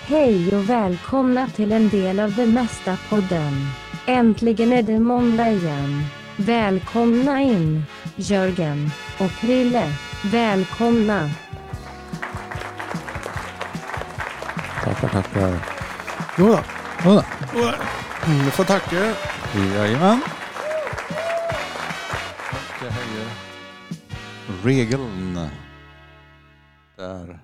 Hej och välkomna till en del av Det Mesta-podden. Äntligen är det måndag igen. Välkomna in, Jörgen och Krille. Välkomna. Tackar. Jodå. Du får tacka. Jajamän. Jag höjer regeln. Där.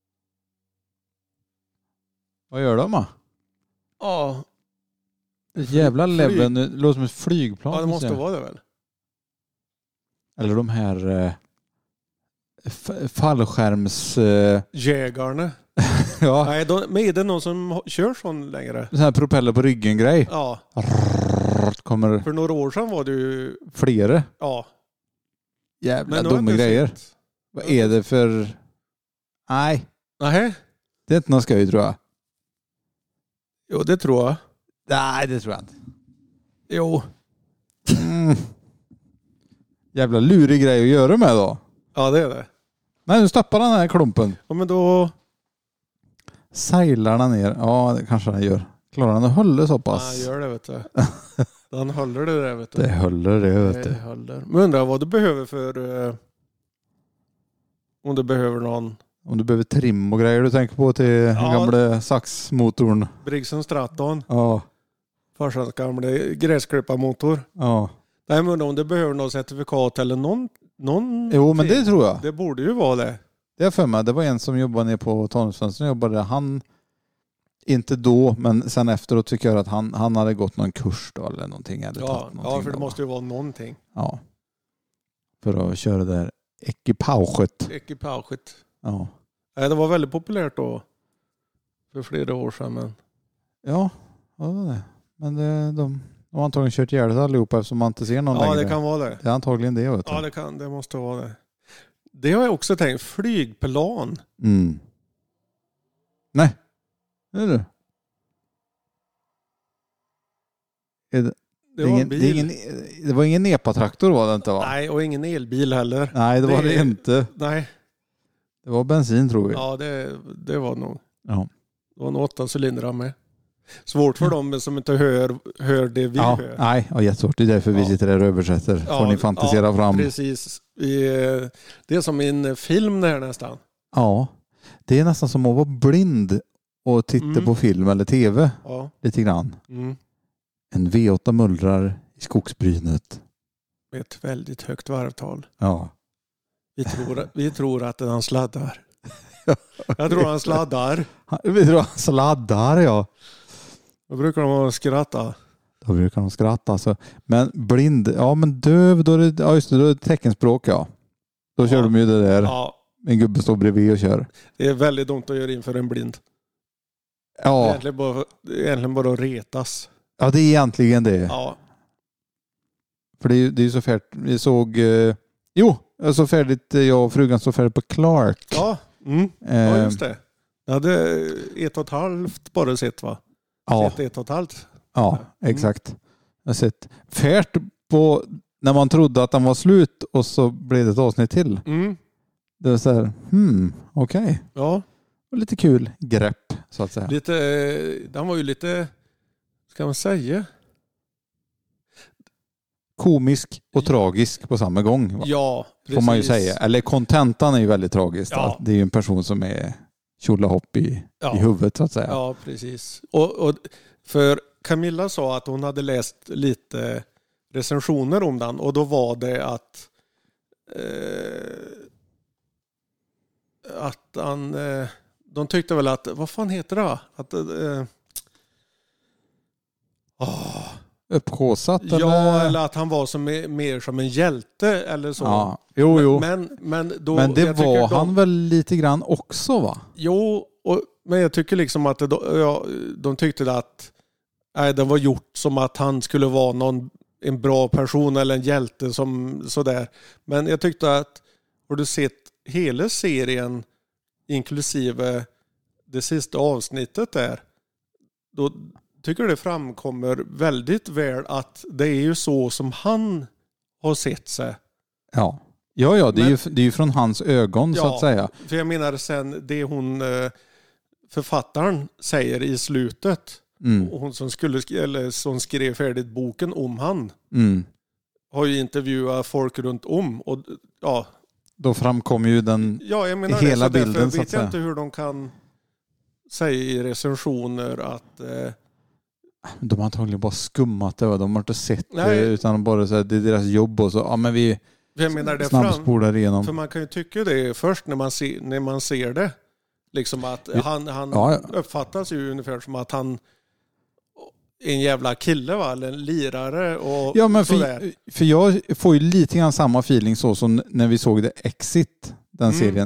Vad gör de då? Ja. Jävla läbben. Det låter som ett flygplan. Ja, det måste vara det väl. Eller de här fallskärms... Jägarna. Ja. Nej, men är det någon som kör sån längre? Sån här propeller på ryggen-grej. Ja. Kommer För några år sedan var det ju... flera. Ja. Jävla dumma grejer. Vad är det för... Nej. Nej. Det är inte någon skoj, tror jag. Jo, det tror jag. Nej, det tror jag inte. Jo. Jävla lurig grej att göra med då. Ja, det är det. Nej, nu stoppar den här klumpen. Ja, men då... Sejlar den ner. Ja, det kanske den gör. Klarar den att hålla så pass? Ja, gör det, vet du. Den håller det där, vet du. Det håller det, vet du. Det håller. Men undrar vad du behöver för... om du behöver någon... Om du behöver trim och grejer du tänker på till den gamla saxmotorn. Briggs & Stratton. Ja. Farsans gamla gräsklipparmotor. Ja. Nej, men om du behöver något certifikat eller någon... Jo, men det tror jag. Det borde ju vara det. Det är för mig. Det var en som jobbade ner på Tanusfönstren. Jobbade han... Inte då, men sen efteråt tycker jag att han hade gått någon kurs då eller någonting. Ja, för det måste ju vara någonting. Ja. För att köra det där ekipaget. Ja. Nej, det var väldigt populärt då. För flera år sedan. Men... Ja, det var det. Men de har antagligen kört ihjäl allihopa eftersom man inte ser någon längre. Ja, det kan vara det. Det är antagligen det. Vet du. Ja, det måste vara det. Det har jag också tänkt. Flygplan. Mm. Nej. Det är det. Det var ingen nepatraktor var det inte, va? Nej, och ingen elbil heller. Nej, det var det inte. Nej. Det var bensin, tror vi. Ja, det var nog. Ja. Det var nog 8 cylindrar med. Svårt för dem som inte hör det vi hör. Nej, jättesvårt. Det är därför vi sitter där och översätter. Får ni fantisera fram. Precis. Det är som en film där nästan. Ja, det är nästan som att vara blind och titta på film eller tv. Ja. Lite grann. Mm. En V8 mullrar i skogsbrynet. Med ett väldigt högt varvtal. Ja. Vi tror att han sladdar. Jag tror han sladdar. Vi tror han sladdar, ja. Då brukar de skratta. Alltså. Men blind, ja men döv, då är det teckenspråk, ja. Då kör de ju det där. Ja. En gubbe står bredvid och kör. Det är väldigt dumt att göra inför en blind. Ja. Det är egentligen bara att retas. Ja, det är egentligen det. Ja. För det är ju så färdigt. Vi såg... jag såg färdigt. Jag och frugan såg färdigt på Clark. Ja, ja just det. Jag hade 1,5 bara sett, va? Ja. 1,5. Ja, exakt. Jag har sett färt på när man trodde att den var slut och så blev det ett avsnitt till. Mm. Det var så här, okej. Ja. Och lite kul grepp, så att säga. Den var ju lite, ska man säga? Komisk och tragisk på samma gång. Va? Ja, precis. Får man ju säga. Eller kontentan är ju väldigt tragisk. Ja. Det är ju en person som är tjolahopp i huvudet, så att säga. Ja, precis. Och för Camilla sa att hon hade läst lite recensioner om den. Och då var det att de tyckte väl att, vad fan heter det? Att Uppkåsat? eller att han var mer som en hjälte eller så. Ja, jo. Men det var han väl lite grann också, va? Jo, men jag tycker liksom att de tyckte att den var gjort som att han skulle vara en bra person eller en hjälte som sådär. Men jag tyckte att, har du sett hela serien inklusive det sista avsnittet där, då tycker det framkommer väldigt väl att det är ju så som han har sett sig. Ja, det är ju från hans ögon, så att säga. För jag menar sen det hon författaren säger i slutet. Och hon som skrev färdigt boken om han. Har ju intervjuat folk runt om. Och, ja. Då framkommer ju den hela det, bilden. Därför vet jag inte hur de kan säga i recensioner att... De har antagligen bara skummat det. De har inte sett det utan bara så här, det är deras jobb och så. Ja, men vi snabbspolar igenom. För man kan ju tycka det först när man ser det. Liksom att han uppfattas ju ungefär som att han är en jävla kille, va? Eller en lirare och men för jag får ju lite grann samma feeling så som när vi såg det Exit, den serien.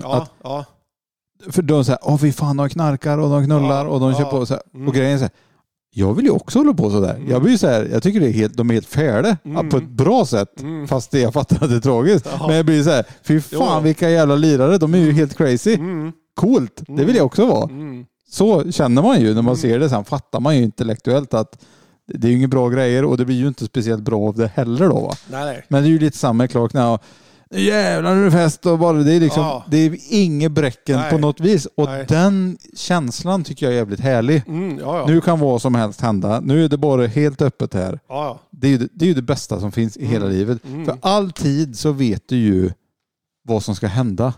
För de säger, vi fan har knarkar och de knullar och de kör på så här. Och grejen är så här, jag vill ju också hålla på så där. Jag blir så här, jag tycker de är helt färdiga på ett bra sätt. Fast jag fattar att det är tragiskt. Men jag blir så här, fy fan vilka jävla lirare, de är ju helt crazy. Coolt, det vill jag också vara. Så känner man ju när man ser det. Sen fattar man ju intellektuellt att det är ju inga bra grejer och det blir ju inte speciellt bra av det heller då, va? Nej. Men det är ju lite samma Clark när jävlar nu är det fest och bara det är liksom det är inget bräcken på något vis och den känslan tycker jag är jävligt härlig. Nu kan vad som helst hända. Nu är det bara helt öppet här. Det är ju det bästa som finns i hela livet. För alltid så vet du ju vad som ska hända.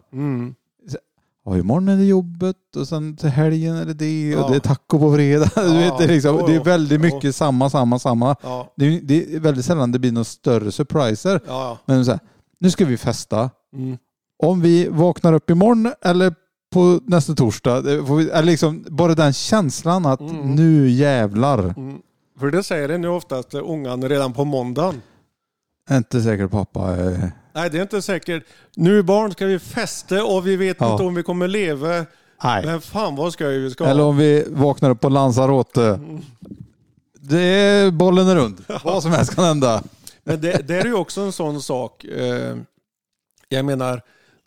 Imorgon är det jobbet och sen till helgen är det det och det är taco på fredag. Du vet, det är väldigt mycket samma. Det är väldigt sällan det blir några större surpriser. Men så här, nu ska vi festa. Om vi vaknar upp imorgon eller på nästa torsdag. Eller liksom, bara den känslan att nu jävlar. För det säger det nu oftast ungan redan på måndagen. Inte säkert pappa. Nej, det är inte säkert. Nu barn ska vi festa och vi vet inte om vi kommer leva. Nej. Men fan vad ska vi ska. Eller om vi vaknar upp på Lanzarote. Det är bollen är rund. Vad som helst kan hända. Men det är ju också en sån sak. Jag menar,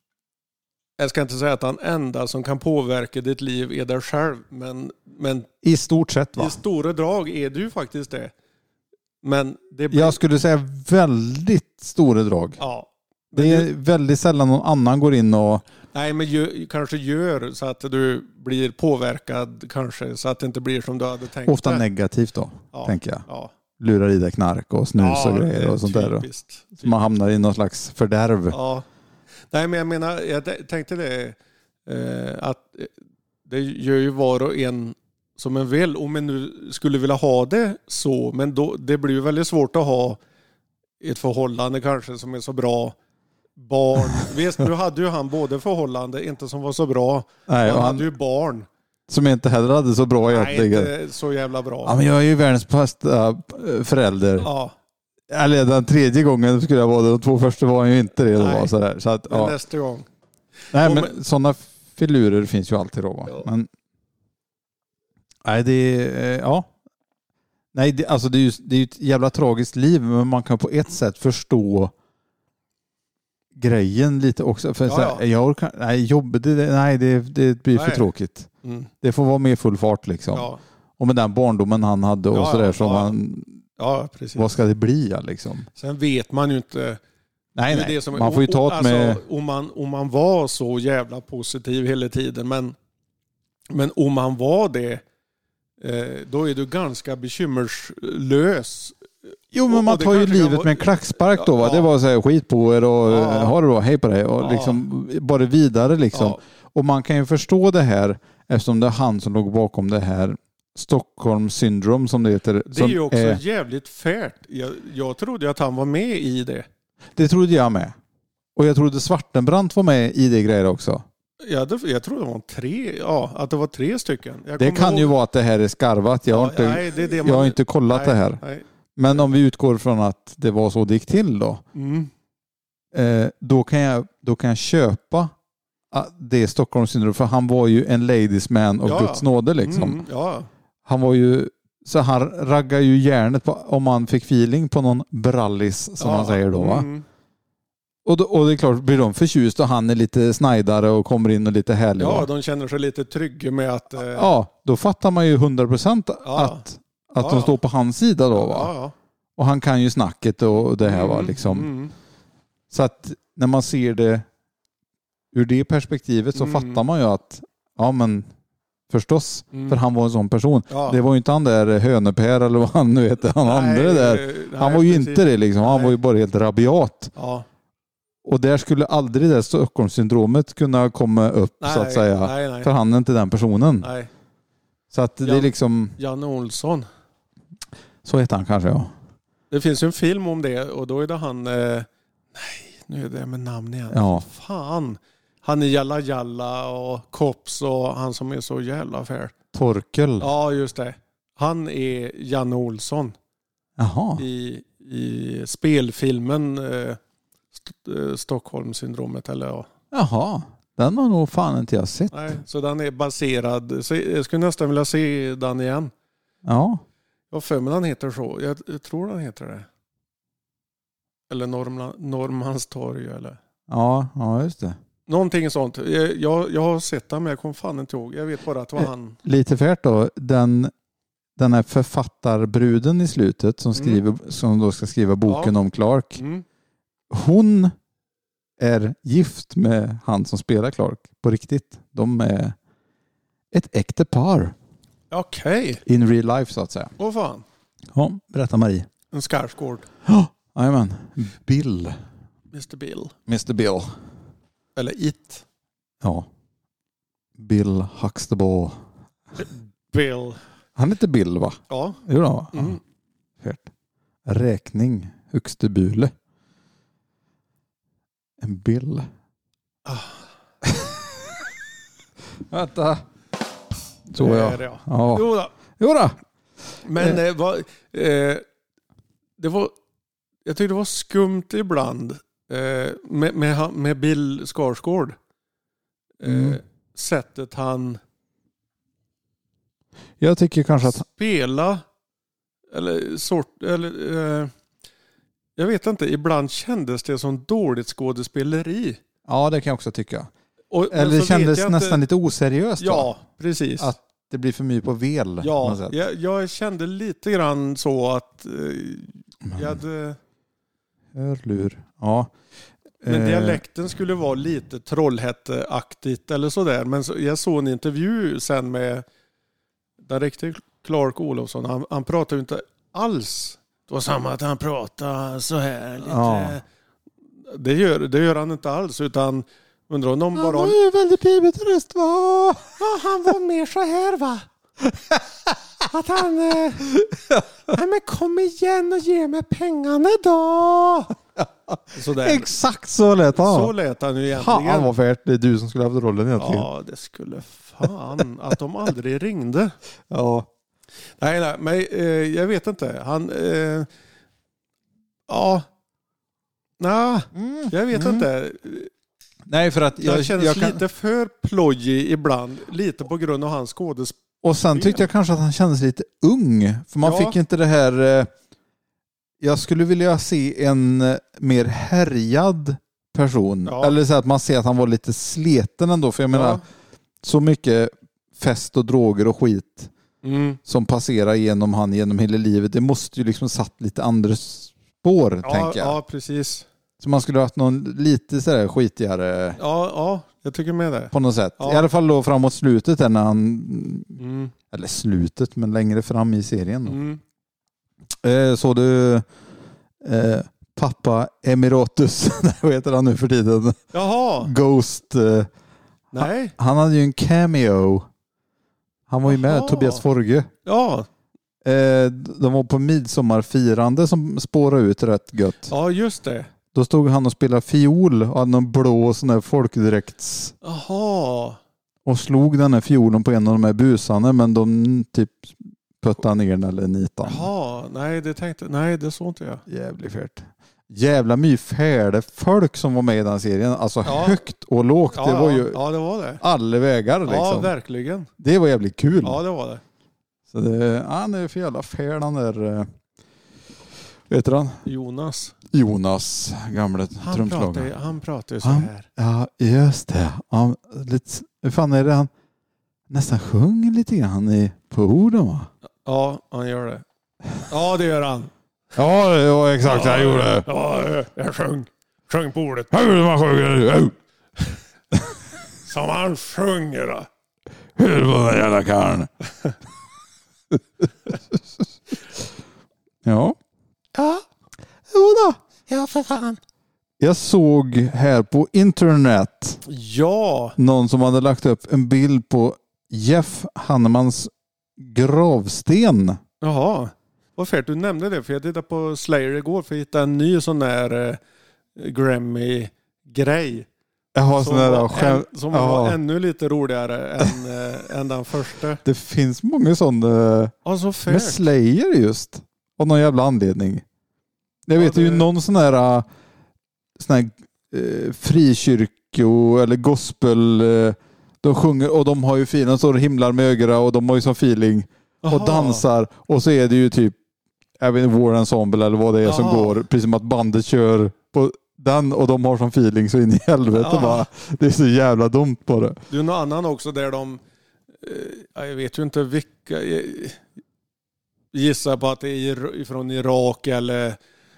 jag ska inte säga att den enda som kan påverka ditt liv är dig själv. Men i stort sett, va? I stora drag är du faktiskt det. Men jag skulle säga väldigt stora drag. Ja. Det är väldigt sällan någon annan går in och... Nej, men kanske gör så att du blir påverkad kanske. Så att det inte blir som du hade tänkt. Ofta negativt då, tänker jag. Ja. Lurar i dig knark och snus och grejer och sånt där. Så man hamnar i någon slags fördärv. Ja. Nej, men jag menar, jag tänkte det att det gör ju var och en som en vill. Om man nu skulle vilja ha det så, men då, det blir ju väldigt svårt att ha ett förhållande kanske som är så bra. Barn. Visst, nu hade ju han både förhållande, inte som var så bra. Nej, han hade ju barn. Som inte heller hade så bra egentligen. Nej, inte så jävla bra. Ja, men jag är ju världens bästa förälder. Ja. Eller den tredje gången skulle jag vara det. De två första var ju inte det. Var sådär. Så att, nästa gång. Nej, men sådana filurer finns ju alltid då. Ja. Men nej, det är nej, det är ju ett jävla tragiskt liv, men man kan på ett sätt förstå grejen lite också. För jag orkar, nej, jobbet, det blir för tråkigt. Det får vara mer full fart liksom. Ja. Och med den barndomen han hade och sådär som man... Ja, precis. Vad ska det bli liksom? Sen vet man ju inte... Nej. Det som, man får ju ta det med... Om man var så jävla positiv hela tiden, men om man var det, då är du ganska bekymmerslös. Jo, men man tar ju livet med en klackspark då, va? Ja. Det var så här, skit på er och ha det bra, hej på dig och liksom bara vidare liksom. Ja. Och man kan ju förstå det här eftersom det är han som låg bakom det här Stockholm syndrom som det heter. Det är ju också jävligt färt. Jag trodde att han var med i det. Det trodde jag med. Och jag trodde Svartenbrandt var med i det grejer också. Jag trodde att det var 3 stycken. Det kan ju vara att det här är skarvat. Jag har inte kollat det här. Nej. Men om vi utgår från att det var så det gick till då. Då kan jag köpa det Stockholms syndrom. För han var ju en ladies man och Guds nåde liksom. Han var ju... Så han raggar ju hjärnet på, om man fick feeling på någon brallis som man säger då, va? Och det är klart, blir de förtjust och han är lite snajdare och kommer in och lite härlig. Ja, de känner sig lite trygga med att... Ja, då fattar man ju 100% att de står på hans sida då, va? Ja. Och han kan ju snacket och det här, va? Liksom. Så att när man ser det ur det perspektivet så fattar man ju att men förstås. För han var en sån person. Ja. Det var ju inte han där Hönepär eller vad han nu heter. Han andra där. Han var ju inte det liksom. Han var ju bara helt rabiat. Ja. Och där skulle aldrig det Stockholmssyndromet kunna komma upp så att säga. Nej. För han är inte den personen. Nej. Så att det är liksom... Janne Olsson. Så heter han kanske, ja. Det finns ju en film om det och då är det han... nej, nu är det med namn igen. Ja. Fan. Han är Jalla Jalla och Kops och han som är så jävla färd. Torkel. Ja, just det. Han är Janne Olsson. Jaha. I spelfilmen Stockholmssyndromet eller ja. Jaha. Den har nog fan inte jag sett. Nej, så den är baserad. Så jag skulle nästan vilja se den igen. Ja. Vad för mig den heter så. Jag tror den heter det. Eller Norrmalmstorg eller. Ja, just det. Någonting sånt. Jag har sett den men jag kommer fan inte ihåg. Jag vet bara att det var han. Lite färt då. Den här författarbruden i slutet som då ska skriva boken om Clark. Mm. Hon är gift med han som spelar Clark på riktigt. De är ett äkta par. Okej. Okay. In real life så att säga. Åh fan. Ja, berätta Marie. En Skarsgård. Ja, jajamän. Bill. Mr. Bill. Eller It. Ja. Bill Huxtable. Bill. Han heter Bill va? Ja. Jo då. Mm. Färt. Räkning. Huxtebule. En Bill. Vänta. Så ja. Jo då. Men det var jag tyckte det var skumt ibland med Bill Skarsgård. Sättet han jag tycker kanske att spela jag vet inte, ibland kändes det som dåligt skådespeleri. Ja, det kan jag också tycka. Eller det kändes nästan lite oseriöst. Ja, precis. Att det blir för mycket på vel. Ja, jag kände lite grann så att jag hade... Hörlur. Ja. Men dialekten skulle vara lite Trollhätteaktigt eller sådär. Men jag såg en intervju sen med den riktigt Clark Olofsson. Han pratade ju inte alls. Det var samma att han pratade så här lite. Ja. Det gör han inte alls utan undrar om de bara... Han var ju väldigt pibigt röst va? Ja, han var mer så här va? Att han... Nej men kom igen och ge mig pengarna då! Exakt så lät han. Så lät han ju egentligen. Han var färt. Det är du som skulle ha haft rollen egentligen. Ja, det skulle fan att de aldrig ringde. Ja. Nej, men jag vet inte. Han... ja. Nej, jag vet inte. Nej, för att jag känns lite för plojig ibland. Lite på grund av hans skådespel. Och sen tyckte jag kanske att han kändes lite ung. För man fick inte det här... jag skulle vilja se en mer härjad person. Ja. Eller så att man ser att han var lite sleten ändå. För jag menar, så mycket fest och droger och skit som passerar genom hela livet. Det måste ju liksom satt lite andra spår, tänker jag. Ja, precis. Så man skulle ha haft någon lite sådär skitigare... Ja, jag tycker med det. På något sätt. Ja. I alla fall då framåt slutet när han... Eller slutet, men längre fram i serien. Så du... pappa Emiratus, vad heter han nu för tiden? Jaha. Ghost. Nej. Han hade ju en cameo. Han var ju med, Tobias Forge. Ja. De var på midsommarfirande som spårade ut rätt gött. Ja, just det. Då stod han och spelade fiol och hade någon blå sån där folkdräkts. Jaha. Och slog den här fiolen på en av de här busarna, men de typ pöttade ner den eller nitan. Jaha, nej det såg inte jag. Jävligt färt. Jävla myfärde folk som var med i den serien. Alltså högt och lågt. Ja, det var ju det var det. Alla vägar liksom. Ja, verkligen. Det var jävligt kul. Ja, det var det. Så det, han är för jävla färd han där. Vet du han? Jonas, gamla trumslagare. Han pratar ju så här. Ja, just det. Hur fan är det han nästan sjunger lite grann på orden va? Ja, han gör det. Ja, det gör han. Ja, exakt. Jag gjorde det. Ja, jag sjöng på ordet. Hur man sjunger. Som han sjunger då. Hur var den jävla karln? Ja. Ja. Jo då. Ja, för fan. Jag såg här på internet. Ja. Någon som hade lagt upp en bild på Jeff Hannemans gravsten. Jaha. Vad färt du nämnde det. För jag tittade på Slayer igår för att hitta en ny sån där Grammy-grej. Jaha, som var ännu lite roligare än den första. Det finns många sådana med Slayer just. Av någon jävla anledning. Jag vet ju någon sån här frikyrko eller gospel. De sjunger och de har ju fina så himlar med ögonen och de har ju sån feeling. Aha. Och dansar. Och så är det ju typ War Ensemble eller vad det är som går. Precis som att bandet kör på den och de har sån feeling så in i helvete bara. Det är så jävla dumt på det. Det är någon annan också där de jag vet ju inte vilka gissar på att det är från Irak eller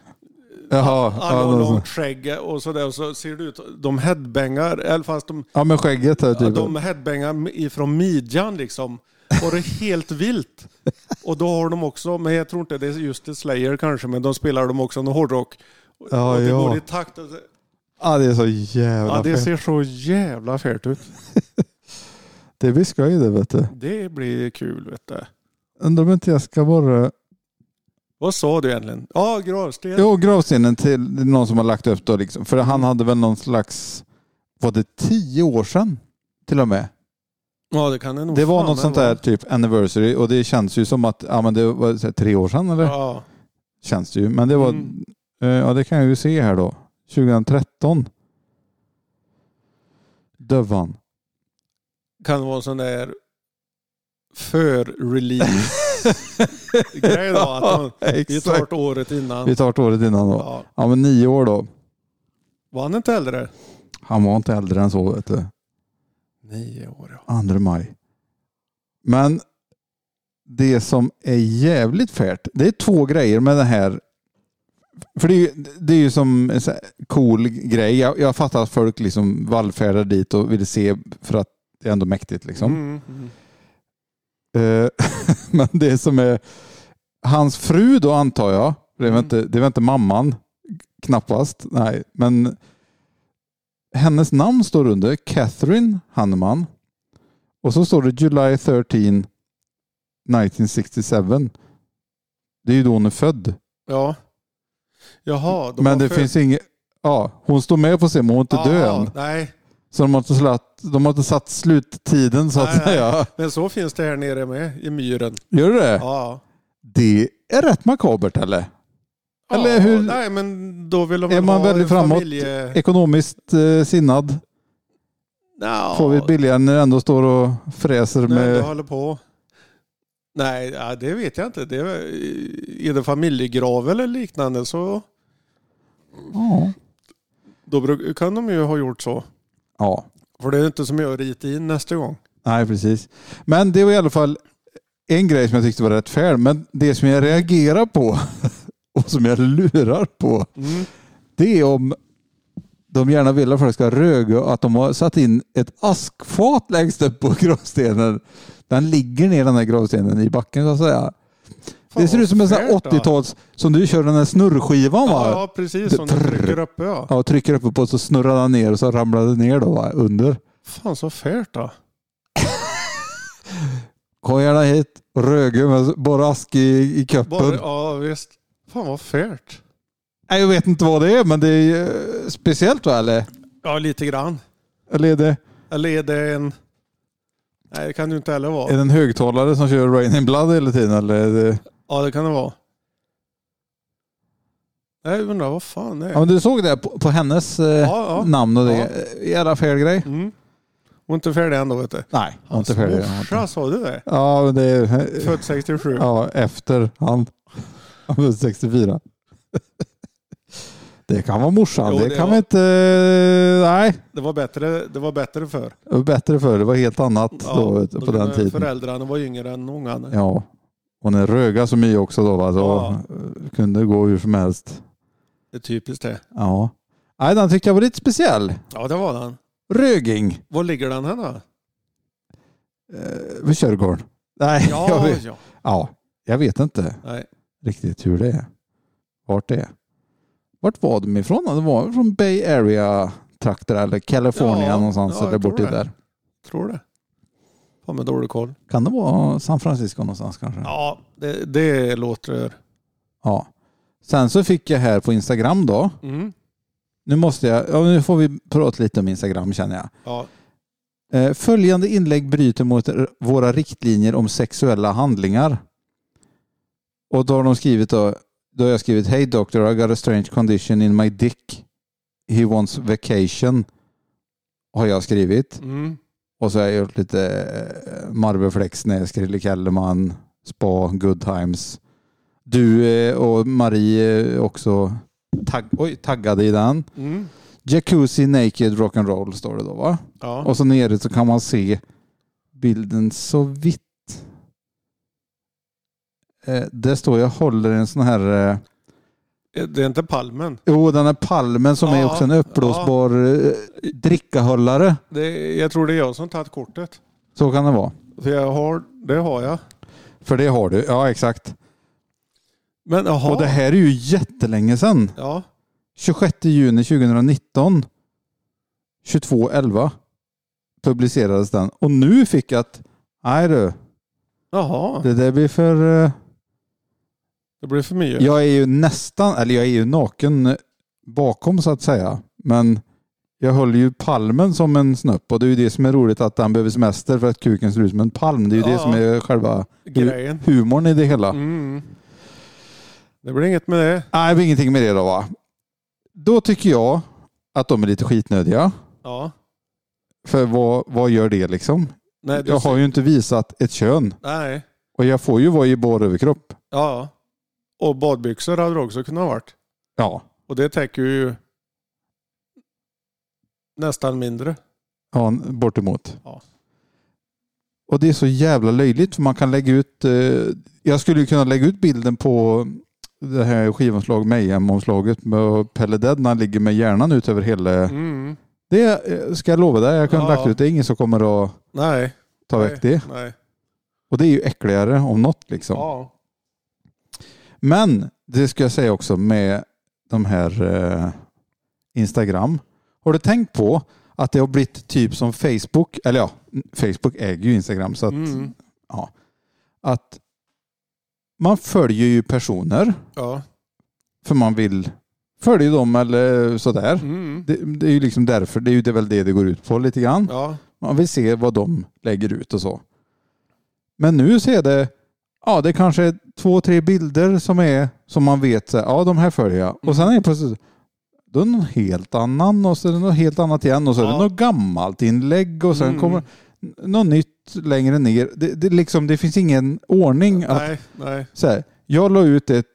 långt skägg och sådär och så ser det ut de headbangar eller fast de med skägget här typ. De headbangar ifrån midjan liksom och det är helt vilt. Och då har de också, men jag tror inte det är just det Slayer kanske, men de spelar de också någon hårdrock. Och det går i takt. Och det är så jävla det ser så jävla färt ut. Det blir skoj det, vet du. Det blir kul, vet du. Undrar om inte jag ska bara... Vad sa du egentligen? Ja, gravsten. Jo, gravstenen till någon som har lagt upp då liksom. För han hade väl någon slags... Var det 10 år sedan till och med? Ja, det kan det nog. Det var något sånt där typ anniversary och det känns ju som att men det var så här, 3 år sedan eller? Ja. Känns det ju. Men det var det kan jag ju se här då. 2013. Dövan. Kan det vara en sån där för-release grej då? Att vi tar året innan. Vi tar året innan då. Ja, men 9 år då. Var han inte äldre? Han var inte äldre än så, vet du. 9 år, ja. 2 maj. Men det som är jävligt färt, det är 2 grejer med det här. För det är ju som en så cool grej. Jag fattar att folk liksom vallfärdar dit och vill se för att det är ändå mäktigt liksom. Men det som är hans fru då, antar jag. Det var inte mamman. Knappast. Nej, men hennes namn står under Catherine Hanneman. Och så står det July 13 1967. Det är ju då hon är född. Ja. Jaha. Men det finns inget... Ja, hon står med på sig, men hon är inte död. Nej. Så de har inte satt sluttiden så att säga. Nej. Men så finns det här nere med i myren. Gör det? Ja. Det är rätt makabert, eller? Ja, eller hur? Nej, men då vill de är man väldigt framåt, ekonomiskt sinnad? No. Får vi billigare när det ändå står och fräser med... Det håller på. Nej, det vet jag inte. Är det familjegrav eller liknande så... Ja. Då kan de ju ha gjort så. Ja. För det är inte som jag rita in nästa gång. Nej, precis. Men det var i alla fall en grej som jag tyckte var rätt färd. Men det som jag reagerar på och som jag lurar på det är om de gärna vill att folk ska röga att de har satt in ett askfat längst upp på gravstenen. Den ligger ner den här gravstenen i backen så att säga. Det ser ut som en sån här 80-tals som du kör den här snurrskivan va? Ja, precis. Som du trycker uppe, ja. Ja, trycker uppe på så snurrar den ner och så ramlar den ner då va? Under. Fan så färt då. Kom gärna hit och röga med bara ask i köppen. Ja, visst. Fan vad färt. Nej, jag vet inte vad det är, men det är speciellt va, eller? Ja, lite grann. Eller är det en... Nej, det kan du inte heller vara. Är det en högtalare som kör Rain in Blood hela tiden? Eller är det... Ja, det kan det vara. Jag undrar vad fan det är. Ja, men du såg det på hennes namn och det. Jävla fel grej. Hon är inte färdig ändå, vet du. Nej, hon är inte färdig. Morsa, sa du det? Ja, det är... Född 67. Ja, efter han född 64. Det kan vara morsan. Det kan man inte... Nej. Det var bättre förr. Det var bättre förr. Det var helt annat då på den tiden. Föräldrarna var yngre än ungarna. Ja. Och den röga så mycket också då. Va? Så kunde gå hur som helst. Det är typiskt det. Ja. Nej, den tyckte jag var lite speciell. Ja, det var den. Röging. Var ligger den här då? Vid Körgården. Nej, ja. Jag vet inte riktigt hur det är. Vart det är. Vart var de ifrån? Det var från Bay Area-trakter eller California någonstans där borta där. Tror det. Har med dålig koll. Kan det vara San Francisco någonstans kanske? Ja, det låter... Ja. Sen så fick jag här på Instagram då. Mm. Nu får vi prata lite om Instagram känner jag. Ja. Följande inlägg bryter mot våra riktlinjer om sexuella handlingar. Och då har de skrivit då har jag skrivit Hey doctor, I got a strange condition in my dick. He wants vacation. Har jag skrivit. Mm. Och så har jag gjort lite Marbeflex, Näskrille, Kellerman, Spa, Good Times. Du och Marie också taggade i den. Mm. Jacuzzi, naked, rock'n'roll står det då va? Ja. Och så nere så kan man se bilden så vitt. Det står jag håller en sån här... Det är inte palmen. Jo, den är palmen som är också en uppblåsbar drickahållare. Jag tror det är jag som tagit kortet. Så kan det vara. För det har jag. För det har du, ja exakt. Men, och det här är ju jättelänge sedan. Ja. 26 juni 2019. 22:11 publicerades den. Och nu fick jag att nej du. Jaha. Det där blir för... Det blir för mycket. Jag är ju naken bakom så att säga. Men jag håller ju palmen som en snupp. Och det är ju det som är roligt att den behöver semester för att kuken ser ut som en palm. Det är ju det som är själva grejen. Humorn i det hela. Mm. Det blir inget med det. Nej, det blir ingenting med det då va. Då tycker jag att de är lite skitnödiga. Ja. För vad gör det liksom? Nej, jag har ju inte visat ett kön. Nej. Och jag får ju vara i bar överkropp. Ja. Och badbyxor hade det också kunnat varit. Ja. Och det täcker ju nästan mindre. Ja, bortemot. Ja. Och det är så jävla löjligt för man kan lägga ut... jag skulle ju kunna lägga ut bilden på det här skivomslag Mayhem-omslaget med Pelle Dead när han ligger med hjärnan ut över hela... Mm. Det ska jag lova dig. Jag kan lagt ut. Det är ingen som kommer att ta väck det. Nej. Och det är ju äckligare om något liksom. Ja. Men det ska jag säga också med de här Instagram. Har du tänkt på att det har blivit typ som Facebook? Eller ja, Facebook äger ju Instagram. Så att, att man följer ju personer. Ja. För man vill följa dem eller sådär. Mm. Det är ju liksom därför. Det är ju väl det går ut på lite grann. Ja. Man vill se vad de lägger ut och så. Men nu ser det det kanske är 2-3 bilder som man vet de här följer jag. Och sen är det plötsligt då är det någon helt annan och så är det något helt annat igen och så är det något gammalt inlägg och sen kommer något nytt längre ner. Det finns ingen ordning att så här, jag la ut ett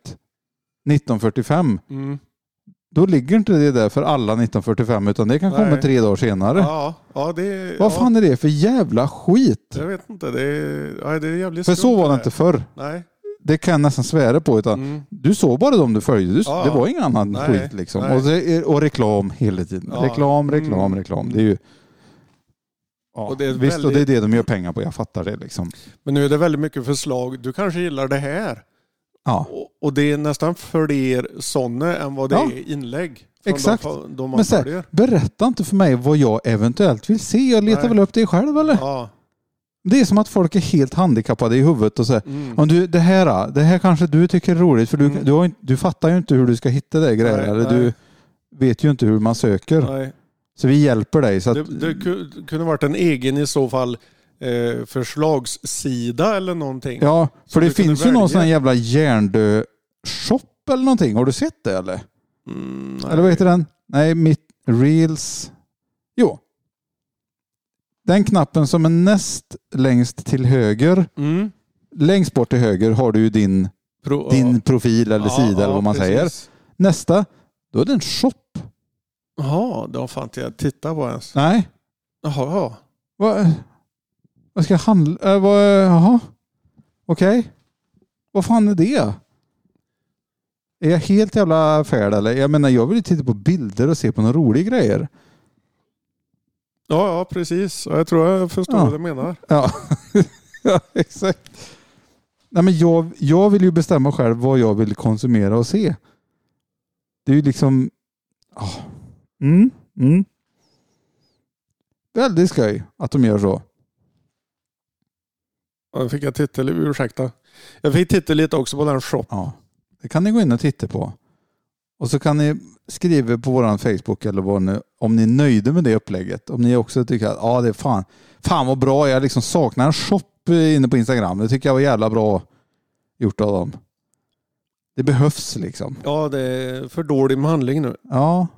1945. Då ligger inte det där för alla 1945 utan det kan komma 3 dagar senare. Vad fan är det för jävla skit? Jag vet inte. Det är jävligt för så var det inte förr. Nej. Det kan jag nästan svära på. Utan du såg bara dem du följde. Det var ingen annan skit liksom. Och reklam hela tiden. Reklam. Det är ju... och det är visst, och det är det de gör pengar på. Jag fattar det liksom. Men nu är det väldigt mycket förslag. Du kanske gillar det här. Ja. Och det är nästan fler sådana än vad det är inlägg. Exakt. Men så berätta inte för mig vad jag eventuellt vill se. Jag letar väl upp det själv eller? Ja. Det är som att folk är helt handikappade i huvudet och säger det här kanske du tycker är roligt för du fattar ju inte hur du ska hitta det grejer eller du vet ju inte hur man söker. Nej. Så vi hjälper dig. Så att, det kunde varit en egen i så fall förslagssida eller någonting. Ja, för det finns ju någon sån här jävla hjärndö-shop eller någonting. Har du sett det eller? Eller vad heter den? Nej, mitt Reels. Jo. Den knappen som är näst längst till höger. Längst bort till höger har du ju din profil eller sida eller vad man säger. Nästa, då är det en shop. Jaha, då får inte jag titta på ens. Nej. Jaha. Vad ska jag handla? Jaha. Okej. Vad fan är det? Är jag helt jävla färd eller? Jag menar, jag vill titta på bilder och se på några roliga grejer. Ja, precis. Jag tror jag förstår vad du menar. Ja, ja exakt. Nej, men jag vill ju bestämma själv vad jag vill konsumera och se. Det är ju liksom... Väldigt skoj att de gör så. Jag fick ursäkta. Jag fick titta lite också på den shop. Ja, det kan ni gå in och titta på. Och så kan ni skriva på våran Facebook eller vad ni, om ni är nöjda med det upplägget. Om ni också tycker att det är fan vad bra. Jag liksom saknar en shop inne på Instagram. Det tycker jag var jävla bra gjort av dem. Det behövs liksom. Ja, det är för dålig med handling nu. Ja.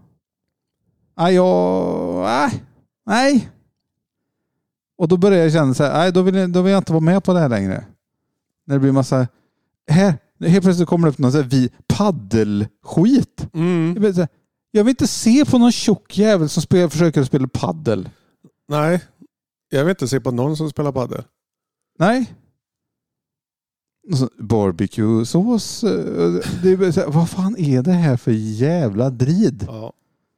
Nej. Och då börjar jag känna så här, då vill jag inte vara med på det här längre. När det blir massa helt plötsligt kommer det upp någon så här paddelskit. Jag vill inte se på någon tjock jävel som försöker spela paddel. Nej. Jag vill inte se på någon som spelar paddel. Nej. Barbecue-sås. Vad fan är det här för jävla drid? Ja.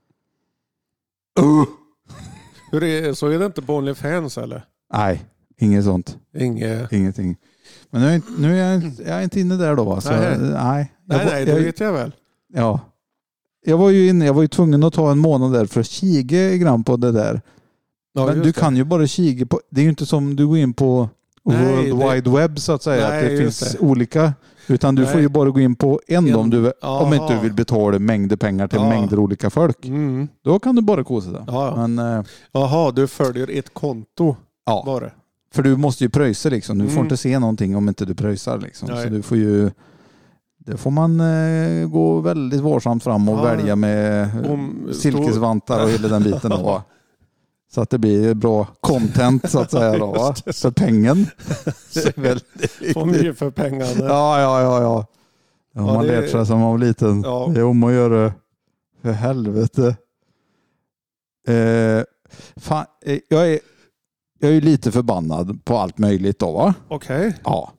Så är det inte på OnlyFans eller? Nej, inget sånt. Ingenting. Men nu är jag inte inne där då. Så, nej, det vet jag väl. Ja. Jag var ju tvungen att ta en månad där för att kiga grann på det där. Ja, men du kan ju bara kiga på... Det är ju inte som du går in på World Wide Web så att säga. Att det finns olika... Utan du får ju bara gå in på om inte du vill betala mängder pengar till mängder olika folk. Då kan du bara kosa det. Men, du följer ett konto bara. För du måste ju pröjsa liksom. Du får inte se någonting om inte du pröjsar liksom. Så du får ju... Det får man gå väldigt varsamt fram och välja med silkesvantar och hela den biten då. Så att det blir bra content så att säga då, va? För pengen. Få mycket för pengarna. Ja. Man lär sig som man var liten. Ja. Det är om att göra för helvete. Jag är ju lite förbannad på allt möjligt då, va? Okej. Ja.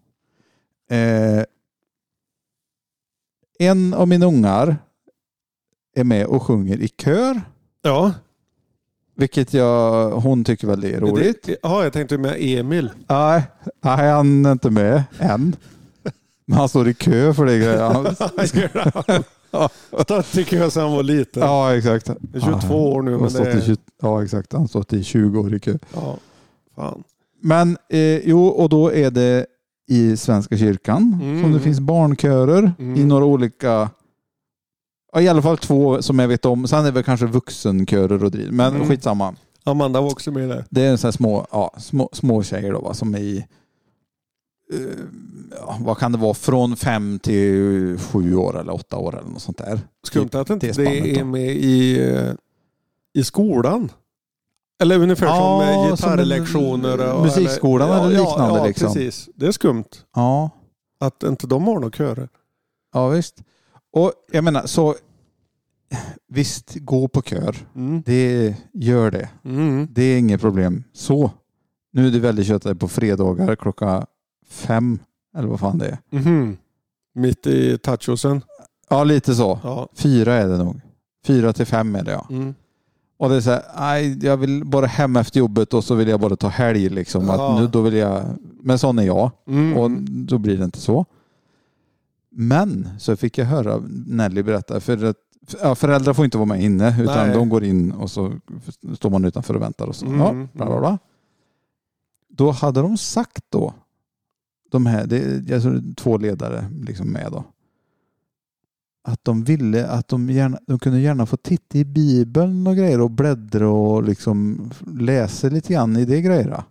En av mina ungar är med och sjunger i kör. Ja. Vilket hon tycker väl är roligt. Jag tänkte med Emil. Nej, han är inte med än. Men han står i kö för det grejer. Stått i kö sedan han var liten. Ja, exakt. 22 år nu. Ja, exakt. Han har stått i 20 år i kö. Ja, fan. Men och då är det i Svenska kyrkan som det finns barnkörer i några olika... I alla fall 2 som jag vet om. Sen är det väl kanske vuxenkörer och driv. Men skitsamma. Amanda var också med där. Det är så här små tjejer då, va, som är i vad kan det vara, från 5 till 7 år eller 8 år eller något sånt där. Skumt att inte det är med i skolan. Eller ungefär som gitarrlektioner. Musikskolan eller liknande. Ja, liksom. Precis. Det är skumt. Ja. Att inte de har några körer. Ja, visst. Och jag menar, så visst, gå på kör. Det gör det. Det är inget problem. Så, nu är det väldigt köttigt på fredagar 5:00 eller vad fan det är. Mitt i tachosen. Ja, lite så. Ja. 4 är det nog. 4 till 5 är det, ja. Och det är så här, jag vill bara hem efter jobbet och så vill jag bara ta helg liksom. Att då vill jag, men sån är jag. Och då blir det inte så. Men så fick jag höra Nelly berätta för att föräldrar får inte vara med inne utan de går in och så står man utanför och väntar och så. Bla bla bla. Då hade de sagt då de här, jag tror 2 ledare liksom med då. Att de ville att de kunde gärna få titta i Bibeln och grejer och bläddra och liksom läsa lite grann i det grejerna.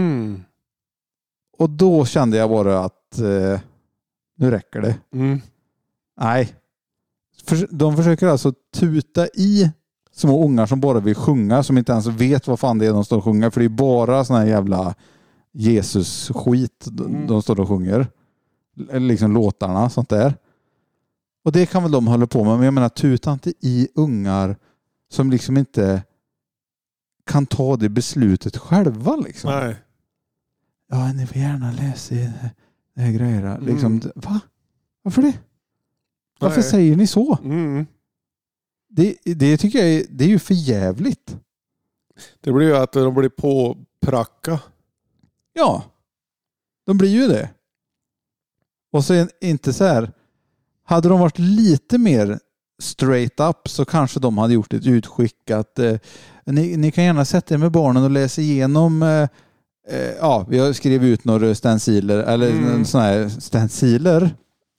Och då kände jag bara att nu räcker det. Nej. De försöker alltså tuta i små ungar som bara vill sjunga, som inte ens vet vad fan det är de står och sjunger. För det är bara såna här jävla Jesus-skit de står och sjunger. Liksom låtarna, sånt där. Och det kan väl de hålla på med. Men jag menar, tuta inte i ungar som liksom inte kan ta det beslutet själva. Liksom. Nej. Ja, ni får gärna läsa i det här grejerna. Liksom, va? Varför det? Varför säger ni så? Det tycker jag det är ju för jävligt. Det blir ju att de blir påpracka. Ja, de blir ju det. Och så är inte så här. Hade de varit lite mer straight up så kanske de hade gjort ett utskick att ni kan gärna sätta er med barnen och läsa igenom vi har skrivit ut några stenciler eller såna här stenciler.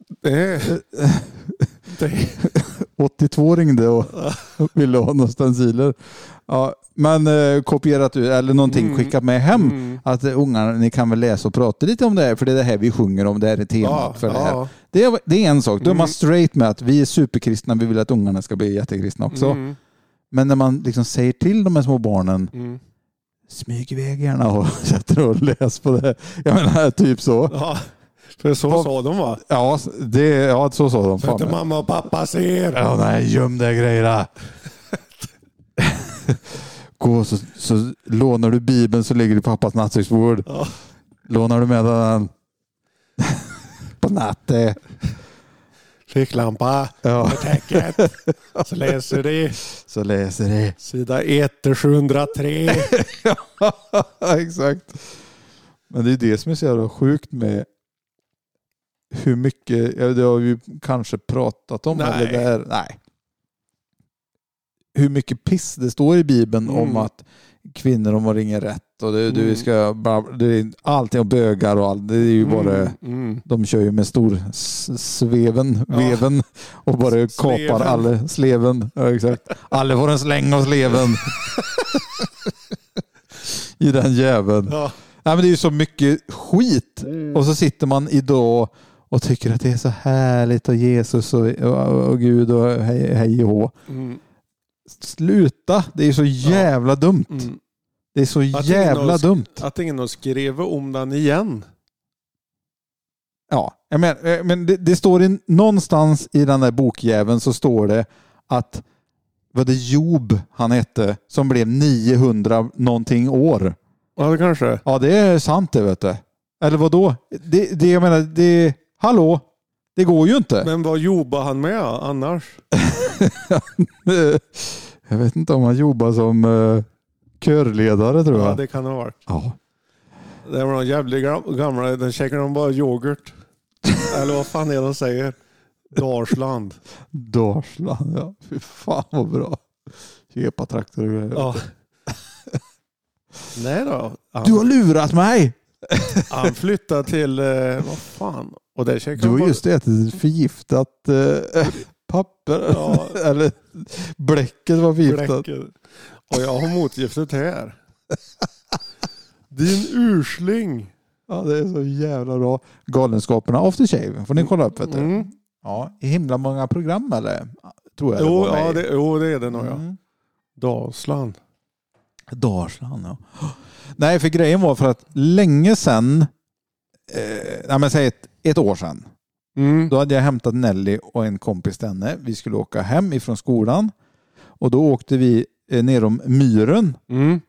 82 ringde och ville ha några stenciler. Ja, men kopierat ut eller någonting, skickat med hem att ungarna, ni kan väl läsa och prata lite om det här, för det är det här vi sjunger om, det här är temat för det här. Det är en sak, då är man straight med att vi är superkristna, vi vill att ungarna ska bli jättekristna också. Men när man liksom säger till de här små barnen smyg iväg gärna och sätter och läs på det. Jag menar typ så. Ja. För så sa de, va? Ja, så sa de. För att mamma och pappa ser. Ja, nej, göm det grejerna. Gå så lånar du Bibeln så ligger du på pappas nattduksbord. Ja. Lånar du med den på natten. Ficklampa på täcket. Så läser det. Sida 1-703. Ja, exakt. Men det är det som är så jävla sjukt med hur mycket, det har vi kanske pratat om. Nej. Eller där, nej. Hur mycket piss det står i Bibeln om att kvinnor de har ingen rätt och du ska det är allting och bögar och allt. Det är ju bara de kör ju med stor veven och bara kapar alla sleven. Ja, exakt. Alla får en släng av sleven. I den jäveln. Ja. Nej, men det är ju så mycket skit. Och så sitter man idag och tycker att det är så härligt och Jesus och Gud och hej och hå. Sluta, det är så jävla dumt. Det är så jävla dumt. Att ingen har skrivit om den igen. Ja, men det står någonstans i den där bokjäveln så står det att vad det Job han hette som blev 900 någonting år. Ja, det kanske. Ja, det är sant det, vet du. Eller vad då? Jag menar, hallå, det går ju inte. Men vad jobbar han med annars? Jag vet inte om han jobbar som körledare, tror jag. Ja, det kan det ha varit. Ja. Det var någon jävligt gamla, den käkar de bara yoghurt. Eller vad fan är det de säger? Dalsland, ja. Fy fan vad bra. Kepatraktor och grejer. Ja. Nej då. Du har lurat mig! Han flyttade till, vad fan? Och där käkade du har just ätit förgiftat papper. Ja. Eller bläcket var förgiftat. Och jag har motgiftet här. Din ursling. Ja, det är så jävla bra. Galenskaperna After Shave. Får ni kolla upp, vet du? Ja, i himla många program, eller? Tror jag. Det är det nog, ja. Dalsland, ja. Nej, för grejen var för att länge sedan, säg ett år sedan, då hade jag hämtat Nelly och en kompis till henne. Vi skulle åka hem ifrån skolan och då åkte vi ner om myren.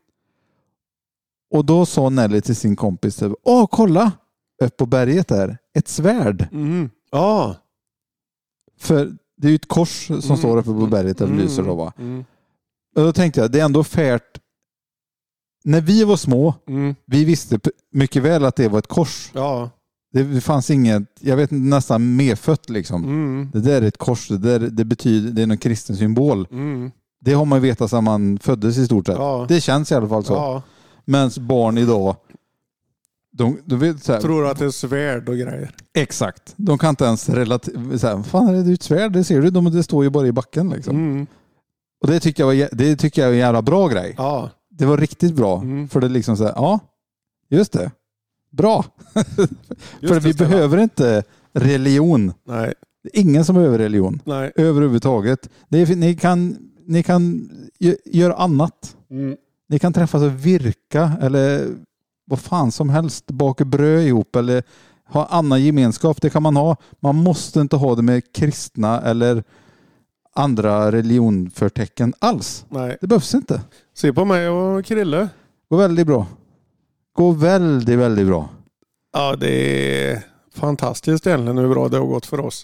Och då sa Nelly till sin kompis, kolla upp på berget där, ett svärd. Ja. För det är ju ett kors som står uppe på berget där lyser då, va? Och då tänkte jag, det är ändå färt. När vi var små, vi visste mycket väl att det var ett kors. Ja. Det fanns inget, jag vet nästan medfött liksom. Det där är ett kors, det betyder, det är någon kristen symbol. Det har man vetat sedan man föddes i stort sett. Ja. Det känns i alla fall så. Ja. Men barn idag, de vet så här, tror att det är svärd och grejer. Exakt. De kan inte ens relatera. Fan, är det ett svärd? Det ser du, det står ju bara i backen liksom. Och det tycker jag är en jävla bra grej. Ja. Det var riktigt bra. För det liksom så här, ja, just det. Bra. För vi behöver inte religion. Nej. Det är ingen som behöver religion. Nej. Överhuvudtaget. Ni kan göra annat. Ni kan träffas och virka eller vad fan som helst. Baka bröd ihop eller ha annan gemenskap. Det kan man ha. Man måste inte ha det med kristna eller andra religionförtecken alls. Nej. Det behövs inte. Se på mig och Krille. Går väldigt bra. Går väldigt, väldigt bra. Ja, det är fantastiskt egentligen hur bra det har gått för oss.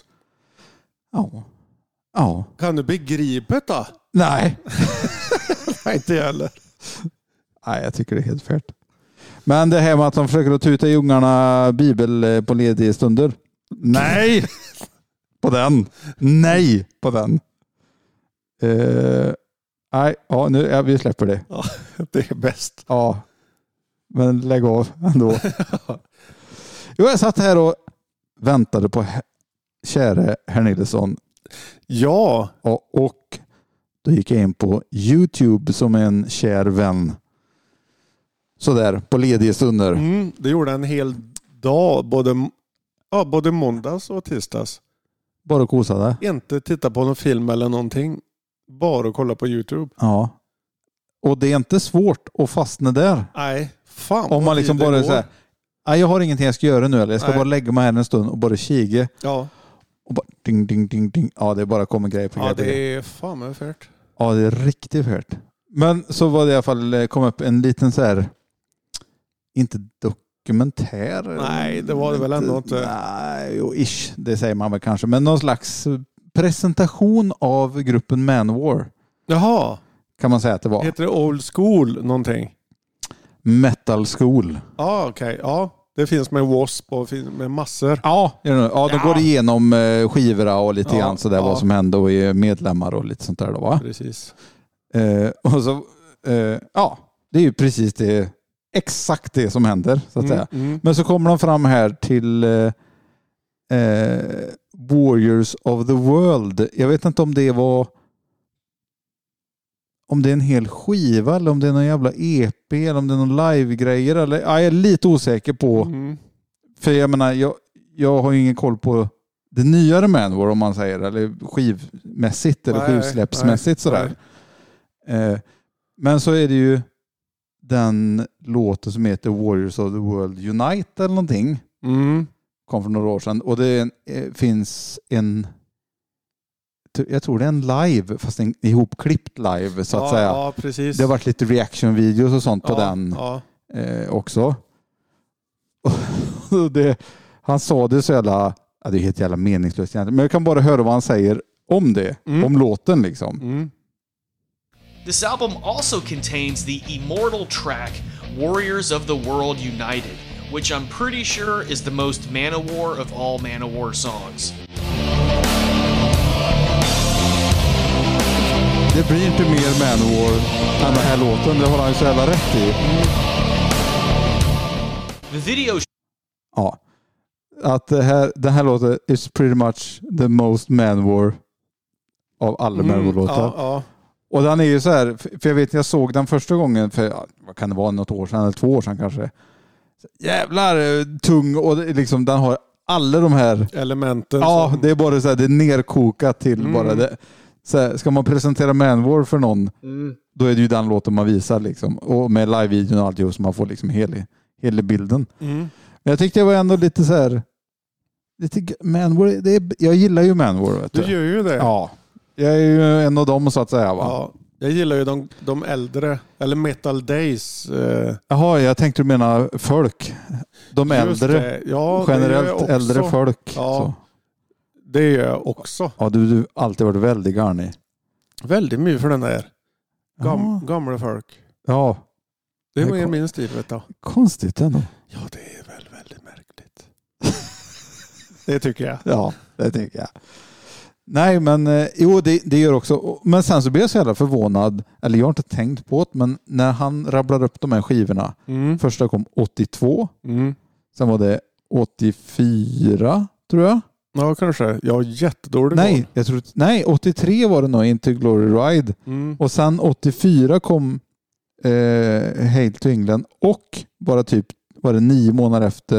Ja. Kan du begripa det? Nej. Nej, inte heller. Nej, jag tycker det är helt färt. Men det här med att de försöker att tuta i ungarna bibel på lediga stunder. Nej! På den. Nej på den. Nej, ja, nu, vi släpper det. Ja, det är bäst. Ja, men lägg av ändå. Jag satt här och väntade på käre herr Nilsson. Ja. Och då gick jag in på YouTube som en kär vän. Sådär, på lediga stunder. Det gjorde en hel dag, både måndags och tisdags. Bara kosade. Inte titta på någon film eller någonting. Bara kolla på YouTube. Ja. Och det är inte svårt att fastna där. Nej, fan. Om man liksom bara säger, jag har ingenting jag ska göra nu, eller jag ska bara lägga mig här en stund och bara kika. Ja. Och bara ding, ding, ding, ding. Ja, det bara kommer grejer på grejer. Ja, det är fan med färt. Ja, det är riktigt färt. Men så var det i alla fall, kom upp en liten så här, inte dokumentär. Nej, det var det väl ändå inte. Nej, ish, det säger man väl kanske. Men någon slags presentation av gruppen Manowar. Jaha. Kan man säga att det var. Heter det Old School någonting? Metal School. Ja, okej. Ja, det finns med W.A.S.P. och med massor. Ja, de går igenom skivorna och lite grann sådär vad som hände och är medlemmar och lite sånt där då, va? Precis. Och så, det är ju precis det, exakt det som händer så att säga. Men så kommer de fram här till Warriors of the World. Jag vet inte om det var, om det är en hel skiva eller om det är någon jävla EP eller om det är någon live-grejer. Eller, jag är lite osäker på. För jag menar, jag har ju ingen koll på det nyare Manowar om man säger. Eller skivmässigt eller skivsläppsmässigt sådär. Men så är det ju den låten som heter Warriors of the World Unite eller någonting. Kom för några år sedan. Och det finns en, jag tror det är en live, fast en ihopklippt live så att säga. Ja, precis. Det har varit lite reaction-videos och sånt på den också. Han sa det så jävla, det är helt jävla meningslöst. Men jag kan bara höra vad han säger om det, om låten liksom. This album also contains the immortal track Warriors of the World United, which I'm pretty sure is the most Manowar of all Manowar songs. Det blir inte mer Manowar än den här låten. Det har han ju så jävla rätt i. The video... Ja. Att den här låten is pretty much the most Manowar av alla Manowar-låtar. Ja. Och den är ju så här, för jag vet jag såg den första gången för, vad kan det vara, något år sedan eller 2 år sedan kanske. Jävlar tung och liksom den har alla de här elementen. Ja, som... det är bara så här, det är nerkokat till bara det. Så här, ska man presentera Manowar för någon, då är det ju den låten man visar liksom. Och med live-videon och allt, så man får liksom hela bilden. Men jag tyckte det var ändå lite så här, Manowar, jag gillar ju Manowar. Vet du gör ju det. Ja, jag är ju en av dem så att säga, va? Ja, jag gillar ju de äldre, eller Metal Days. Jaha, jag tänkte du menar folk. De äldre, generellt äldre folk. Ja, så. Det gör jag också. Ja, du har alltid varit väldigt garnig. Väldigt mycket för den där gamla folk. Ja. Det är mer min stil, vet du. Konstigt ändå. Ja, det är väl väldigt märkligt. Det tycker jag. Ja, det tycker jag. Nej, men jo, det gör också. Men sen så blir jag så jävla förvånad. Eller jag har inte tänkt på det, men när han rabblar upp de här skivorna. Första kom 82. Sen var det 84, tror jag. Ja, kanske. Jag har jättedålig koll. Nej, 83 var det nog, Into Glory Ride. Och sen 84 kom Hail to England. Och bara typ, var det 9 månader efter...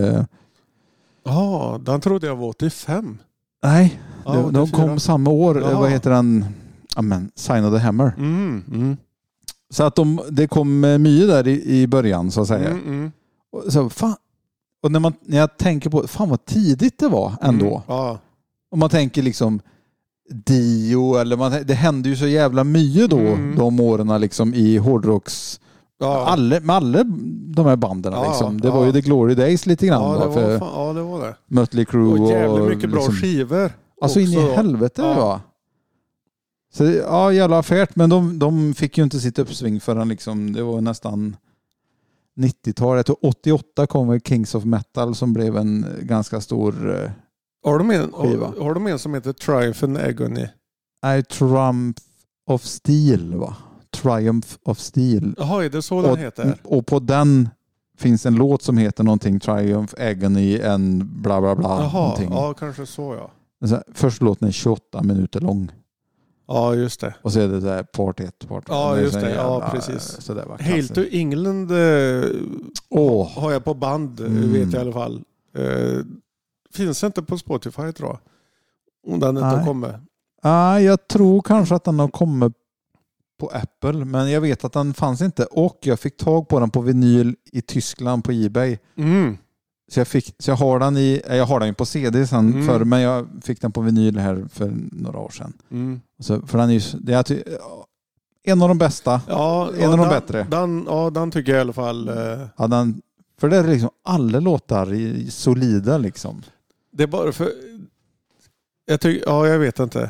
den trodde jag var 85. Nej, de kom samma år. Vad heter den? Sign of the Hammer. Så att det kom mycket där i början, så att säga. Så fan. Och när jag tänker på, fan vad tidigt det var ändå. Om man tänker liksom Dio, eller det hände ju så jävla mycket då, de åren liksom i hårdrocks. Med alla de här banden liksom. Det var ju The Glory Days lite grann. Det var det. Mötley Crüe och jävligt mycket bra liksom, skivor. Alltså in i helvete va? Så ja, jävla affärt. Men de fick ju inte sitt uppsving förrän liksom, det var nästan 90-talet. Och 88 kom Kings of Metal som blev en ganska stor skiva. Har de en som heter Triumph and Agony? Nej, Triumph of Steel, va? Triumph of Steel. Jaha, är det så den heter? Och på den finns en låt som heter någonting Triumph Agony and bla bla bla. Jaha, någonting. Ja, kanske så ja. Alltså, första låten är 28 minuter lång. Ja, just det. Och så är det där part 1, part 2. Ja, just det. Ja, precis. Hail to England har jag på band, vet jag i alla fall. Finns inte på Spotify, tror jag. Om den inte har kommit. Jag tror kanske att den har kommit på Apple, men jag vet att den fanns inte. Och jag fick tag på den på vinyl i Tyskland på eBay. Så jag har den på CD sen för, men jag fick den på vinyl här för några år sedan. Så, för den är ju, det är en av de bästa. Ja, en av de bättre. Den tycker jag i alla fall. För det är liksom alla låtar i solida liksom. Det är bara för jag vet inte.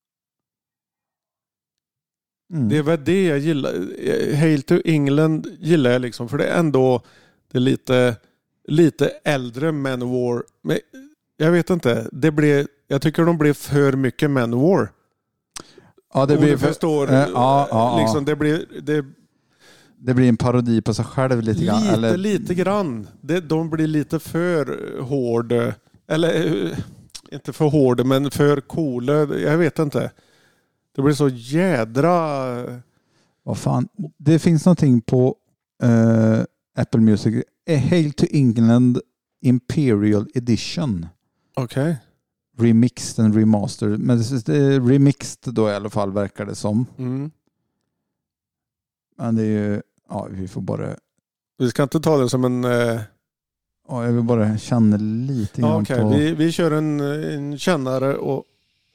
Det är väl det jag gillar. Hail to England gillar jag liksom, för det är ändå det är lite äldre Manowar. Men jag vet inte. Jag tycker de blev för mycket Manowar. Ja, det blir förstår. Liksom, det blir en parodi på sig själv lite grann. Lite grann. De blir lite för hård. Eller inte för hård, men för cool. Jag vet inte. Det blir så jädra... Vad fan. Det finns någonting på Apple Music. Hail to England Imperial Edition. Okej. Remixed and remastered. Men det är remixed då i alla fall, verkar det som. Men det är ju... Ja, vi får bara... Vi ska inte ta det som en... Ja, jag vill bara känna lite grann på... Vi kör en kännare och...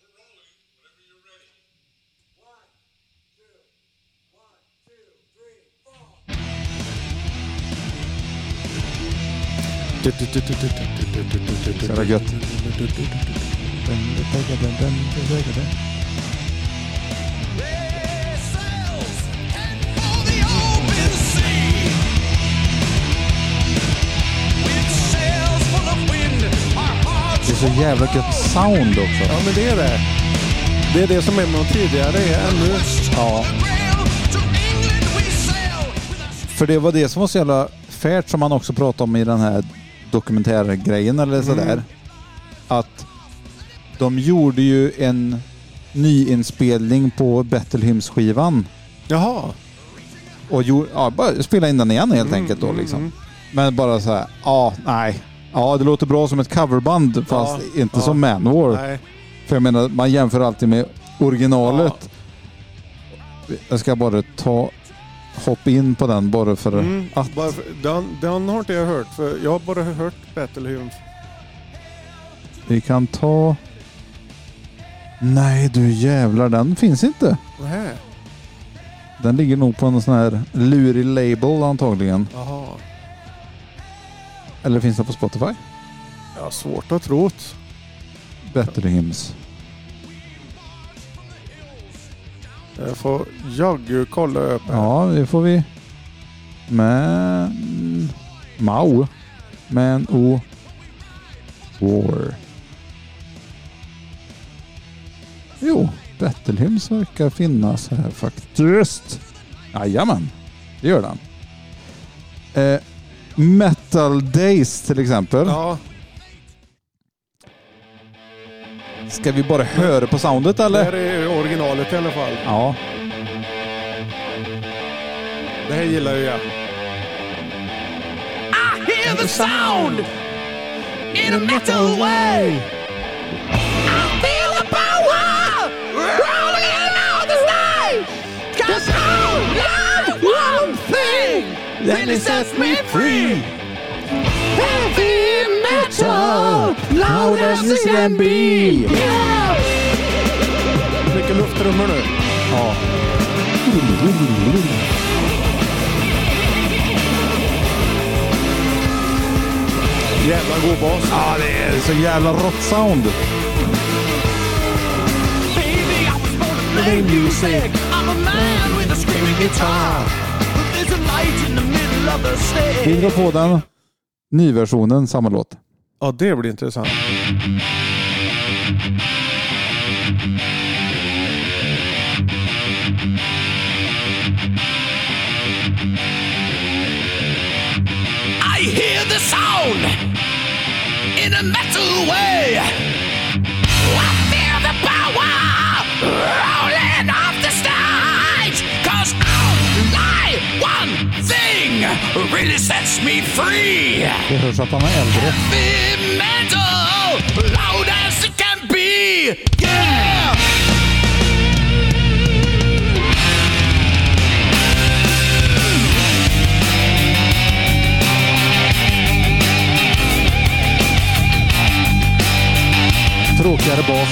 Så det är gött. Det är så jävla gött sound också. Ja, men det är det. Det är det som är med tidigare. Det är ännu... Ja. För det var det som var så jävla färt, som man också pratade om i den här dokumentärgrejen eller sådär. Att de gjorde ju en nyinspelning på Battle Hymns-skivan. Jaha. Och bara spela in den igen helt enkelt då liksom. Men bara så här, nej. Ja, det låter bra som ett coverband, fast inte som Manowar. Nej. För jag menar, man jämför alltid med originalet. Jag ska bara hoppa in på den bara för att... Den har inte jag hört, för jag har bara hört Battle Hymns. Vi kan ta... Nej du jävlar, den finns inte. Nej. Den ligger nog på en sån här lurig label antagligen. Jaha. Eller finns den på Spotify? Ja, svårt att tro. Battle Hymns. Jag får kolla upp här. Ja, det får vi. Men... Mau. Men War. Jo, Battle Hymns verkar finnas här faktiskt. Jajamän, det gör den. Metal Days till exempel. Ja. Ska vi bara höra på soundet eller? Det här är originalet i alla fall. Ja. Det här gillar jag. I hear the sound in a metal way. I feel the power rolling out the sky. 'Cause I like one thing really sets me free. Heavy metal, loud as it can be. Yeah. Mycket luftrummor nu. Ja. Jävla god bas. Ja, det är så jävla rått sound. play music. I'm a man with a screaming guitar. But there's a light in the middle of the stage. Vi drar på den nyversionen, samma låt. Ja, det blir intressant. I hear the sound in a metal way. I feel the power rolling off the stage. 'Cause only one thing really sets me free. Det hörs att han är äldre. Heavy metal, loud as it can be. Yeah! Tråkigare bas.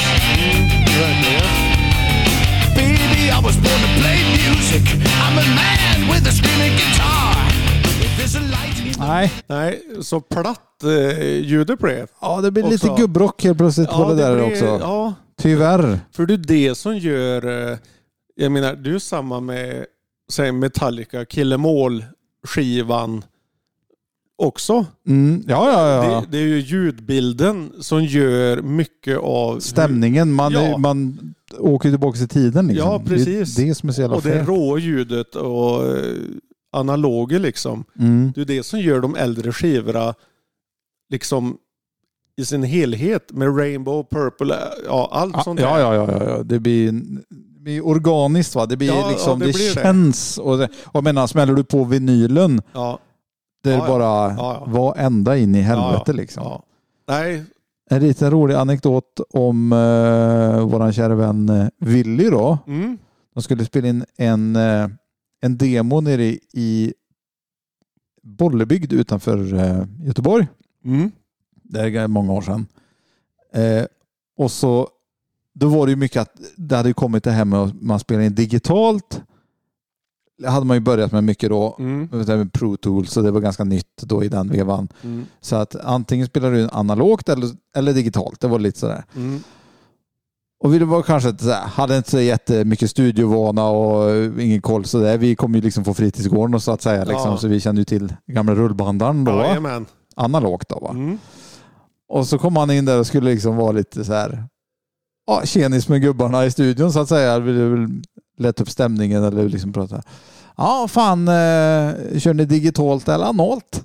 Baby, I was born to play music. I'm a man with a screaming guitar. If there's a light in Nej, så platt ljudet blev. Ja, det blir också lite gubbrock helt plötsligt på det där blir, också. Ja. Tyvärr. För det är det som gör... Jag menar, du är samma med säg Metallica, Kill-Em-All-skivan också. Ja. Det är ju ljudbilden som gör mycket av... Stämningen. Man åker tillbaka i tiden. Liksom. Ja, precis. Det är som är så jävla och det rå ljudet och analoger liksom. Det är det som gör de äldre skivorna liksom i sin helhet med Rainbow, Purple, allt sånt där. Ja. Det blir organiskt, va? Det blir liksom, det känns. Det. Och jag menar, smäller du på vinylen det är bara var ända in i helvete liksom. Ja. Nej. En liten rolig anekdot om våran kära vän Willy då. De skulle spela in en demo nere i Bollebygd utanför Göteborg. Det är många år sedan. Och så då var det ju mycket att det hade kommit det här med att man spelar in digitalt. Det hade man ju börjat med mycket då. Med Pro Tools, så det var ganska nytt då i den vevan. Så att antingen spelar du analogt eller digitalt. Det var lite sådär. Och vi var kanske hade inte så jättemycket studiovana och ingen koll så där. Vi kom ju liksom från fritidsgården och så att säga liksom, så vi kände ju till gamla rullbandaren då. Analogt då, va. Och så kom han in där och skulle liksom vara lite så här tjenis med gubbarna i studion så att säga. Ville lätta upp stämningen eller liksom prata. Ja, fan, kör ni digitalt eller analt?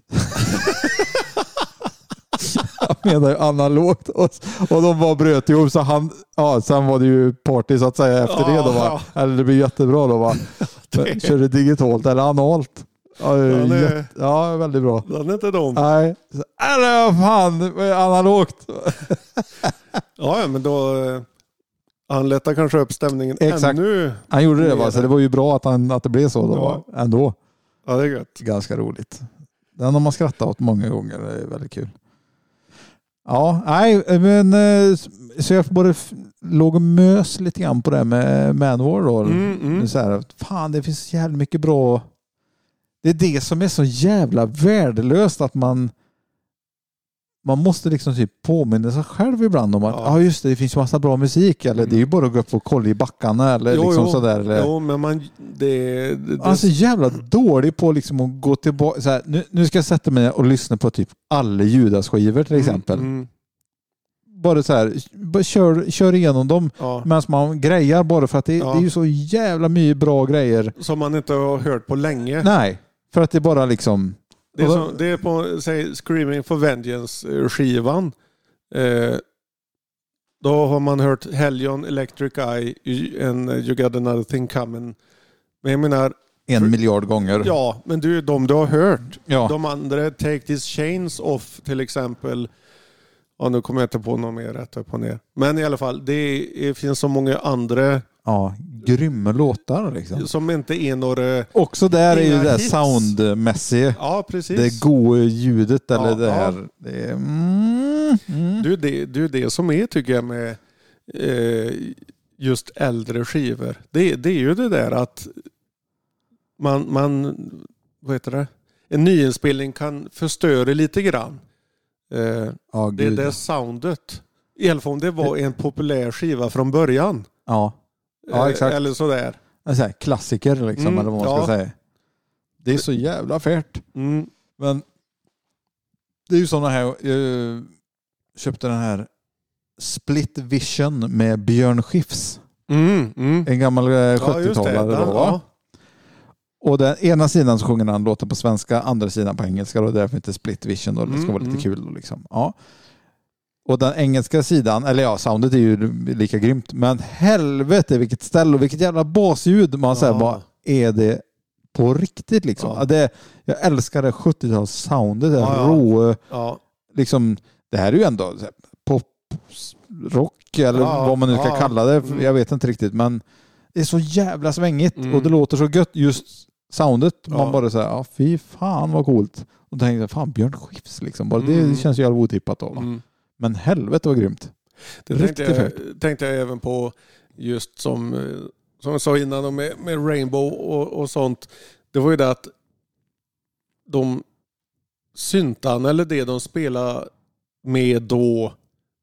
Jag menar ju analogt och de bara bröt ihop så han, sen var det ju party så att säga efter det då, va? Eller det blir jättebra då, va? Kör det digitalt eller analt? Ja, väldigt bra. Den är inte dum. Nej. Eller fan, analogt. Ja, men då han lättar kanske upp stämningen ännu. Han gjorde det, va? Så det var ju bra att det blev så då, ändå. Ja, det är gött. Ganska roligt. Den har man skrattat åt många gånger. Det är väldigt kul. Ja, nej, men så jag bara låg och mös lite grann på det med Manowar då. Så här, fan, det finns jävligt mycket bra. Det är det som är så jävla värdelöst att man måste liksom typ påminna sig själv ibland om att just det finns massa bra musik eller det är ju bara att gå upp och kolla i backarna eller liksom sådär. Eller. Jo, men det alltså jävla dålig på liksom att gå tillbaka så här, nu ska jag sätta mig och lyssna på typ alla Judas-skivor till exempel. Bara så här, bara kör igenom dem medan man grejar bara för att det är ju så jävla mycket bra grejer som man inte har hört på länge. Nej, för att det bara liksom det är på säg Screaming for Vengeance-skivan. Då har man hört Hellion, Electric Eye and You Got Another Thing Coming. Men jag menar 1 miljard gånger. Ja, men du har hört. Ja. De andra, Take These Chains Off till exempel. Ja, nu kommer jag inte på något mer rätt upp och ner. Men i alla fall, det finns så många andra grymma låtar liksom. Som inte är några... Också där är ju det soundmässiga. Ja, precis. Det goda ljudet eller det här. Det är... Det är det som är, tycker jag, med just äldre skivor. Det är ju det där att man vad heter det? En nyinspelning kan förstöra lite grann. Det soundet. I alla fall om det var en populär skiva från början. Ja. Ja, exakt. Eller sådär. Alltså, klassiker liksom, eller vad man ska säga. Det är så jävla färt. Men det är ju sådana här... Jag köpte den här Split Vision med Björn Skifs. En gammal 70-talare då, va? Och den ena sidan så sjunger han låten på svenska, andra sidan på engelska, och därför inte Split Vision då. Det ska vara lite kul då, liksom. Ja. Och den engelska sidan, eller ja, soundet är ju lika grymt, men helvete vilket ställe och vilket jävla basljud. Man säger, vad är det på riktigt liksom? Jag älskar det 70-tals soundet, det rå. Liksom, det här är ju ändå pop rock eller vad man nu ska kalla det. Jag vet inte riktigt, men det är så jävla svängigt och det låter så gött just soundet. Man bara säger, fy fan vad coolt. Och då tänkte jag, fan Björn Skifs liksom. Bara det känns ju jävla otippat då. Men helvete var grymt. Det tänkte jag även på just som jag sa innan med Rainbow och sånt. Det var ju det att de syntan eller det de spelade med då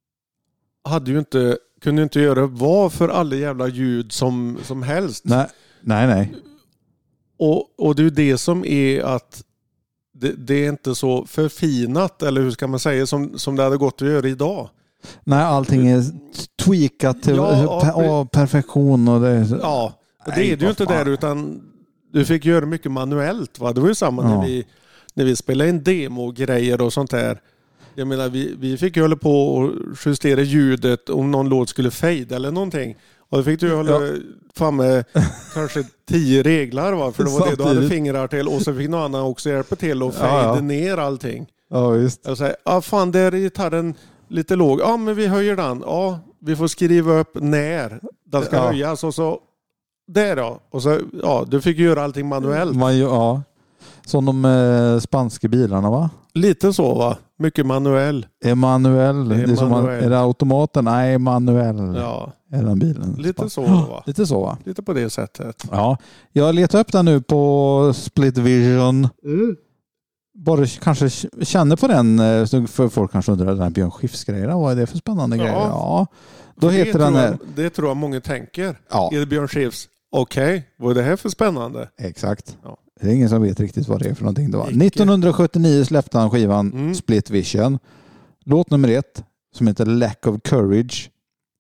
kunde inte göra vad för alla jävla ljud som helst. Nej. Och det är ju det som är att det är inte så förfinat, eller hur ska man säga, som det hade gått att göra idag. Nej, allting är tweakat till perfektion. Och det det är det ju inte där, utan du fick göra mycket manuellt, va? Det var ju samma när vi spelade in demo-grejer och sånt där. Jag menar, vi fick ju hålla på och justera ljudet om någon låt skulle fade eller någonting. Och då fick du hålla fram med kanske 10 reglar, va? För det var det du hade fingrar till. Och så fick någon annan också hjälpa till och fade ner allting. Ja, visst. Jag säger, fan, där är gitarren lite låg. Ja, men vi höjer den. Ja, vi får skriva upp när den ska höjas. Och så, där då. Och så, du fick göra allting manuellt. Som de spanska bilarna, va? Lite så, va? Mycket manuell. Emanuel. Är det automaten? Nej, manuell. Ja. Är den bilen? Lite så, va? Lite så, va? Lite på det sättet. Ja. Jag letar upp den nu på Split Vision. Bara kanske känner på den, för folk kanske undrar, den här Björn Skifs-grejen. Vad är det för spännande grejer? Ja. Då heter den här... Det tror jag många tänker. Ja. Är det Björn Skifs? Okej. Vad är det här för spännande? Exakt. Ja. Det är ingen som vet riktigt vad det är för någonting. Det var. 1979 släppte han skivan Split Vision. Låt nummer 1 som heter Lack of Courage.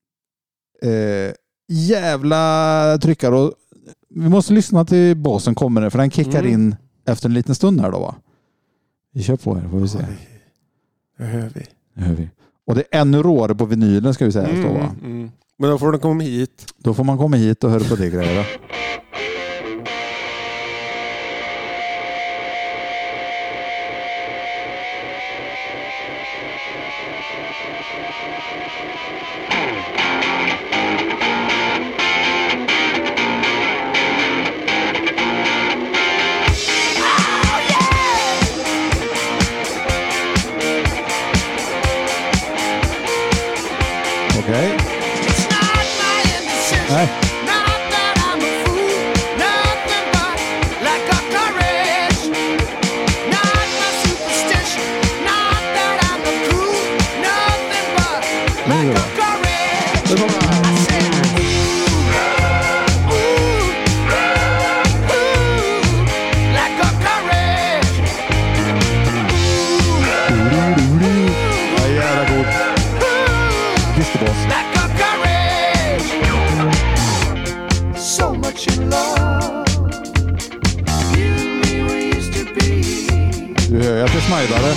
Jävla tryckare. Och vi måste lyssna till basen kommer det, för den kickar in efter en liten stund här då, va? Vi kör på här, får vi se. Det hör vi. Och det är ännu råare på vinylen, ska vi säga. Då, va? Men då får den komma hit. Då får man komma hit och höra på det grejer. Du hör ju att det smajdare.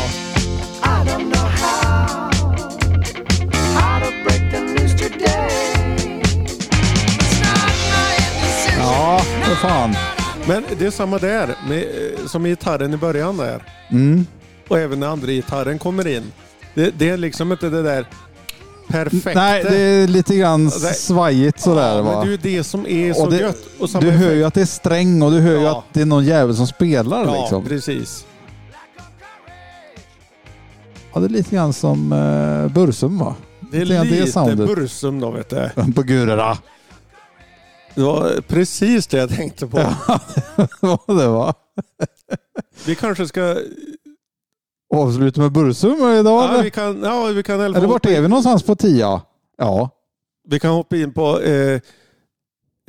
Ja, för fan. Men det är samma där som i gitarren i början där. Och även när andra gitarren kommer in. Det är liksom inte det där perfekta. Nej, det är lite grann svajigt sådär, va? Men det är ju det som är så gött. Och du hör ju att det är sträng och du hör ju att det är någon jävel som spelar liksom. Ja, precis. Ja, det är lite grann som Bursum, va? Det är lite Bursum då, vet du. På Gurera. Det var precis det jag tänkte på. Ja, det var. Vi kanske ska avsluta med Bursum idag. Ja, vi kan eller vart är vi någonstans på 10? Ja. Vi kan hoppa in på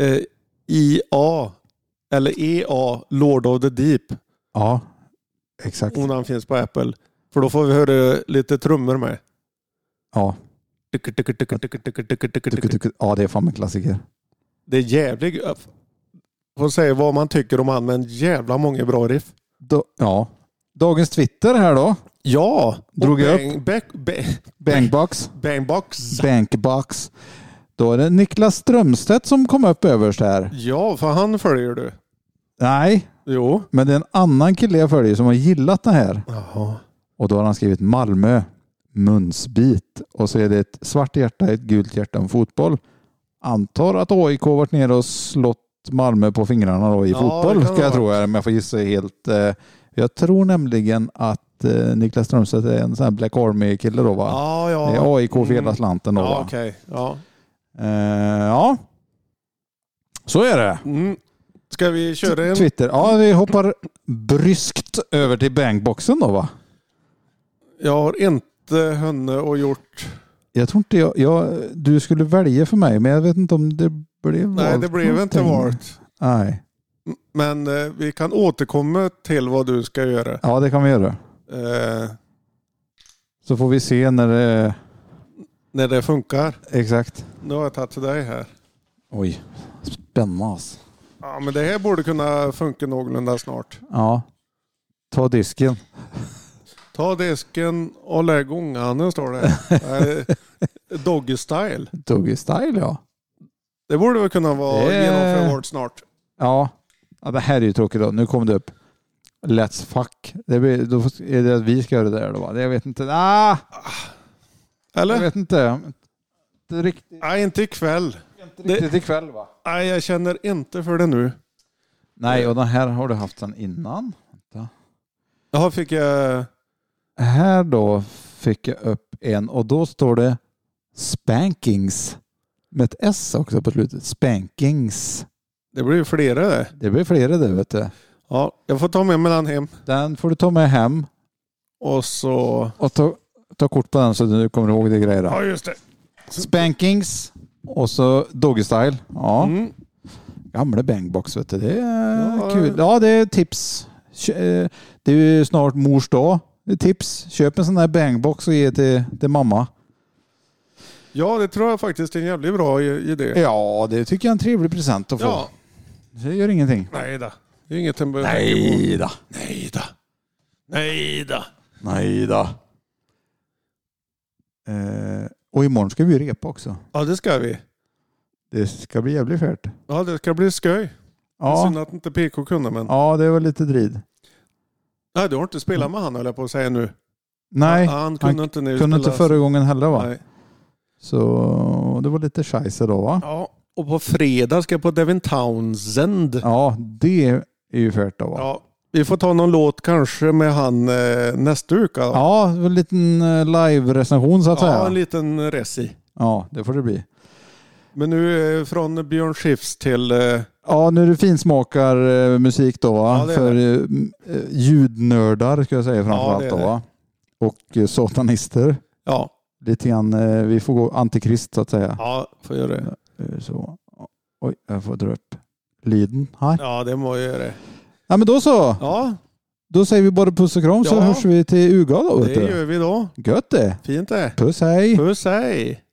IA eller EA, Lord of the Deep. Ja, exakt. Om den finns på Apple. För då får vi höra lite trummor med. Ja. Ja, det är fan en klassiker. Det är jävligt... Får säga vad man tycker om han, men jävla många bra riff. Ja. Dagens Twitter här då. Ja. Drog jag upp. Bankbox. Då är det Niklas Strömstedt som kom upp överst här. Ja, för han följer du. Nej. Jo. Men det är en annan kille jag följer som har gillat det här. Jaha. Och då har han skrivit Malmö, munsbit. Och så är det ett svart hjärta, ett gult hjärta om fotboll. Antar att AIK varit nere och slått Malmö på fingrarna då i fotboll. Ska jag tro, om jag får gissa helt. Jag tror nämligen att Niklas Strömstedt är en sån här Black Army-kille då, va? Ja. Det är AIK för hela slanten då, va? Ja, okej. Ja. Ja. Så är det. Ska vi köra en... Twitter. Ja, vi hoppar bryskt över till bankboxen då, va? Jag har inte henne och gjort... Jag tror inte du skulle välja för mig, men jag vet inte om det blev valt. Nej, det blev inte valt. Nej. Men vi kan återkomma till vad du ska göra. Ja, det kan vi göra. Så får vi se när det funkar. Exakt. Nu har jag tagit till dig här. Oj, spännande. Ja, men det här borde kunna funka någorlunda snart. Ja. Ta disken. Ta disken och lägg ungarna, står det. Doggy style. Doggy style, ja. Det borde väl kunna vara genomförbart snart. Ja. Det här är ju tråkigt då. Nu kom det upp. Let's fuck. Då är det att vi ska göra det där då, va? Jag vet inte. Eller? Jag vet inte. Inte riktigt. Nej, inte ikväll. Inte riktigt ikväll, va? Nej, jag känner inte för det nu. Nej, och den här har du haft sen innan. Vänta. Jaha, fick jag... Här då fick jag upp en och då står det Spankings. Med ett S också på slutet. Spankings. Det blir flera det. Det blir flera det, vet du. Ja, jag får ta med mig den hem. Den får du ta med hem. Och så... Och ta kort på den så du kommer ihåg det grejer. Ja, just det. Spankings. Och så Doggy Style. Ja. Gamla Bangbox, vet du. Det är kul. Ja, det är tips. Det är ju snart mors dag. Det är tips. Köp en sån här Bangbox och ge till mamma. Ja, det tror jag faktiskt är en jävligt bra idé. Ja, det tycker jag är en trevlig present att få. Ja. Det gör ingenting. Nej då. Det är inget att Nej då. Och imorgon ska vi repa också. Ja, det ska vi. Det ska bli jävligt färt. Ja, det ska bli skoj. Ja. Det är synd att inte PK kunde, men... Ja, det var lite drid. Nej, du har inte spelat med han, eller på att säga nu. Nej, han kunde inte förra gången heller, va? Nej. Så det var lite scheisse då, va? Ja, och på fredag ska jag på Devin Townsend. Ja, det är ju färt då, va? Ja, vi får ta någon låt kanske med han nästa vecka. Ja, en liten live-recension så att säga. Ja, en liten resi. Ja, det får det bli. Men nu från Björn Skifs till... Ja, nu är det finsmakar musik då, va? Ja, för ljudnördar ska jag säga framförallt då, va? Och satanister. Ja. Lite grann, vi får gå antikrist så att säga. Ja, får göra det. Så. Oj, jag får dra upp liden här. Ja, det må jag göra. Ja, men då så. Ja. Då säger vi bara puss och kram så hörs vi till Uga då. Det gör vi då. Gött det. Fint det. Puss hej. Puss hej.